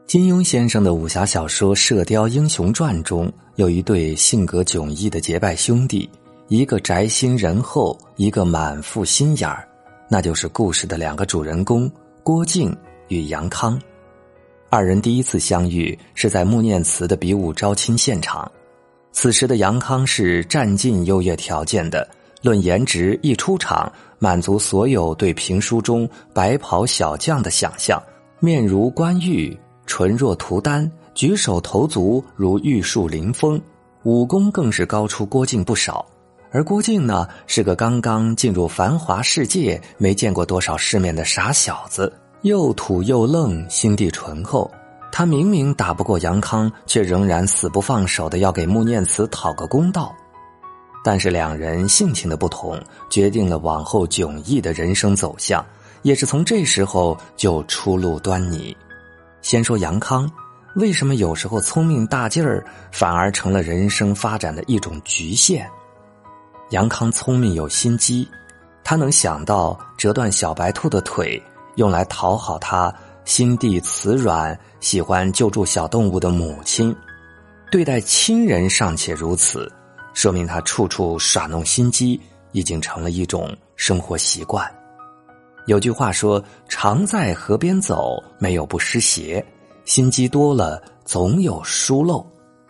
金庸先生的武侠小说《射雕英雄传》中有一对性格迥异的结拜兄弟，一个宅心仁厚，一个满腹心眼儿，那就是故事的两个主人公郭靖与杨康。二人第一次相遇是在穆念慈的比武招亲现场，此时的杨康是占尽优越条件的，论颜值一出场满足所有对评书中白袍小将的想象，面如冠玉，唇若涂丹，举手投足如玉树临风，武功更是高出郭靖不少。而郭靖呢，是个刚刚进入繁华世界，没见过多少世面的傻小子，又土又愣，心地醇厚。他明明打不过杨康，却仍然死不放手的要给穆念慈讨个公道。但是两人性情的不同，决定了往后迥异的人生走向，也是从这时候就初露端倪。先说杨康，为什么有时候聪明大劲儿反而成了人生发展的一种局限？杨康聪明有心机，他能想到折断小白兔的腿，用来讨好他心地慈软、喜欢救助小动物的母亲。对待亲人尚且如此，说明他处处耍弄心机，已经成了一种生活习惯。有句话说，常在河边走，没有不湿鞋，心机多了总有疏漏。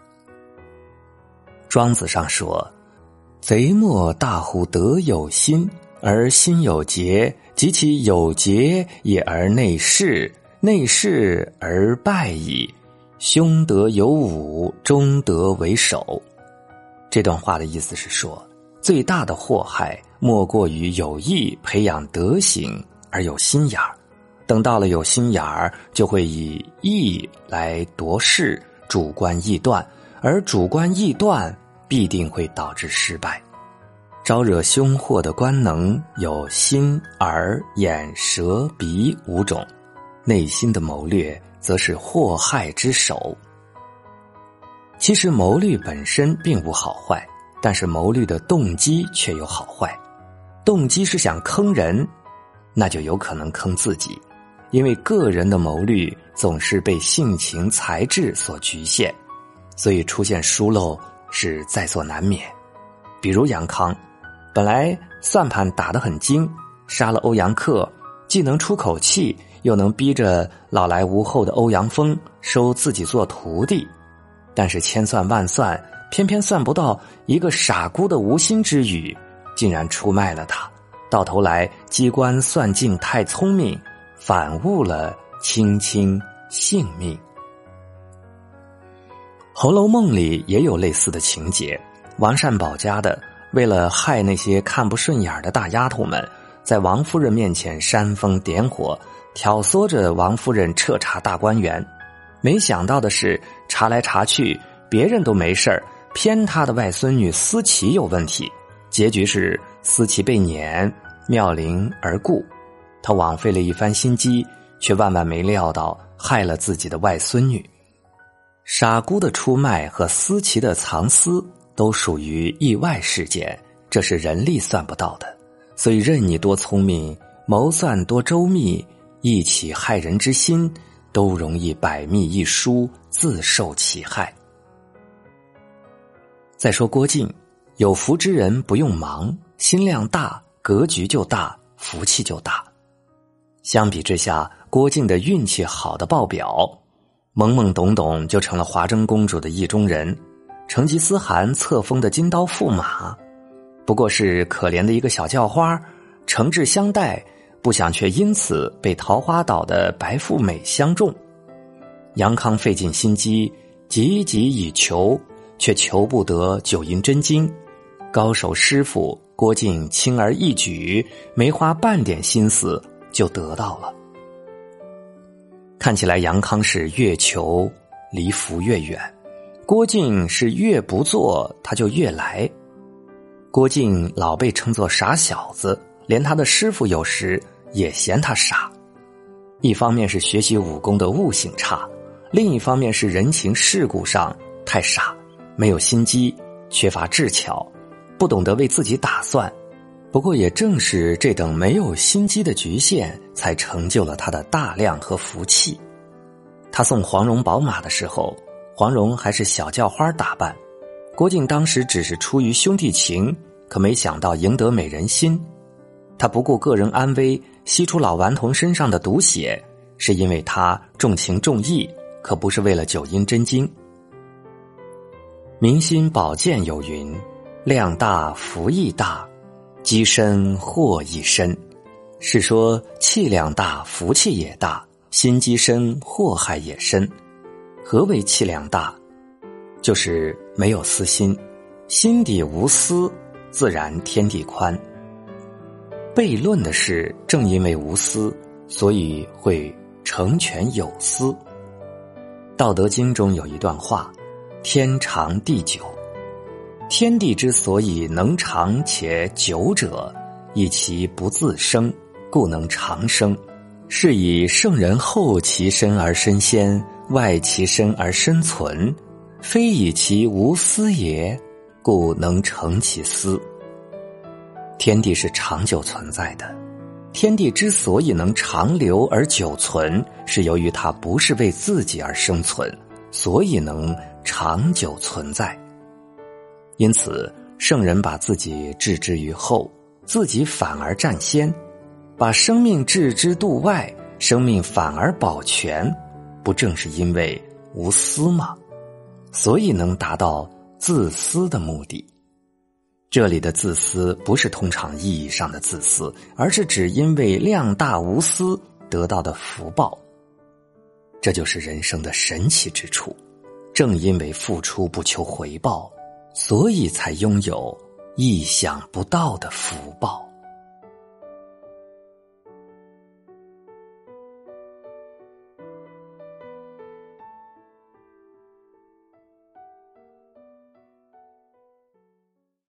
庄子上说，贼莫大乎得有心，而心有节，及其有节也而内恃，内恃而败矣。凶德有五，中德为首。这段话的意思是说，最大的祸害莫过于有意培养德行而有心眼儿，等到了有心眼儿，就会以意来夺势，主观臆断，而主观臆断必定会导致失败。招惹凶祸的官能有心、耳、眼、舌、鼻五种，内心的谋略则是祸害之首。其实谋虑本身并无好坏，但是谋虑的动机却有好坏。动机是想坑人，那就有可能坑自己，因为个人的谋虑总是被性情才智所局限，所以出现疏漏是在所难免。比如杨康，本来算盘打得很精，杀了欧阳克，既能出口气，又能逼着老来无后的欧阳锋收自己做徒弟，但是千算万算，偏偏算不到一个傻姑的无心之语，竟然出卖了他，到头来机关算尽太聪明，反误了卿卿性命。《红楼梦》里也有类似的情节，王善保家的为了害那些看不顺眼的大丫头们，在王夫人面前煽风点火，挑唆着王夫人彻查大观园。没想到的是，查来查去，别人都没事儿，偏他的外孙女思琪有问题。结局是思琪被撵，妙龄而故。他枉费了一番心机，却万万没料到害了自己的外孙女。傻姑的出卖和思琪的藏私都属于意外事件，这是人力算不到的。所以任你多聪明，谋算多周密，一起害人之心，都容易百密一疏，自受其害。再说郭靖，有福之人不用忙，心量大，格局就大，福气就大。相比之下，郭靖的运气好的爆表，懵懵懂懂就成了华筝公主的意中人，成吉思汗册封的金刀驸马，不过是可怜的一个小叫花，诚挚相待，不想却因此被桃花岛的白富美相中。杨康费尽心机，急急以求，却求不得九阴真经。高手师傅郭靖轻而易举，没花半点心思就得到了。看起来杨康是越求离福越远，郭靖是越不做他就越来。郭靖老被称作傻小子，连他的师傅有时也嫌他傻。一方面是学习武功的悟性差，另一方面是人情世故上太傻，没有心机，缺乏智巧，不懂得为自己打算。不过也正是这等没有心机的局限，才成就了他的大量和福气。 他送黄蓉宝马的时候，黄蓉还是小叫花打扮，郭靖当时只是出于兄弟情，可没想到赢得美人心。他不顾个人安危，吸出老顽童身上的毒血，是因为他重情重义，可不是为了九阴真经。明心宝剑有云：量大福亦大，积深祸亦深。是说气量大，福气也大，心机深，祸害也深。何为气量大？就是没有私心，心底无私，自然天地宽。悖论的是，正因为无私，所以会成全有私。道德经中有一段话：天长地久。天地之所以能长且久者，以其不自生，故能长生。是以圣人后其身而身先，外其身而身存，非以其无私也，故能成其私。天地是长久存在的，天地之所以能长留而久存，是由于它不是为自己而生存，所以能长久存在。因此圣人把自己置之于后，自己反而占先，把生命置之度外，生命反而保全，不正是因为无私吗？所以能达到自私的目的。这里的自私不是通常意义上的自私，而是指因为量大无私得到的福报。这就是人生的神奇之处，正因为付出不求回报，所以才拥有意想不到的福报。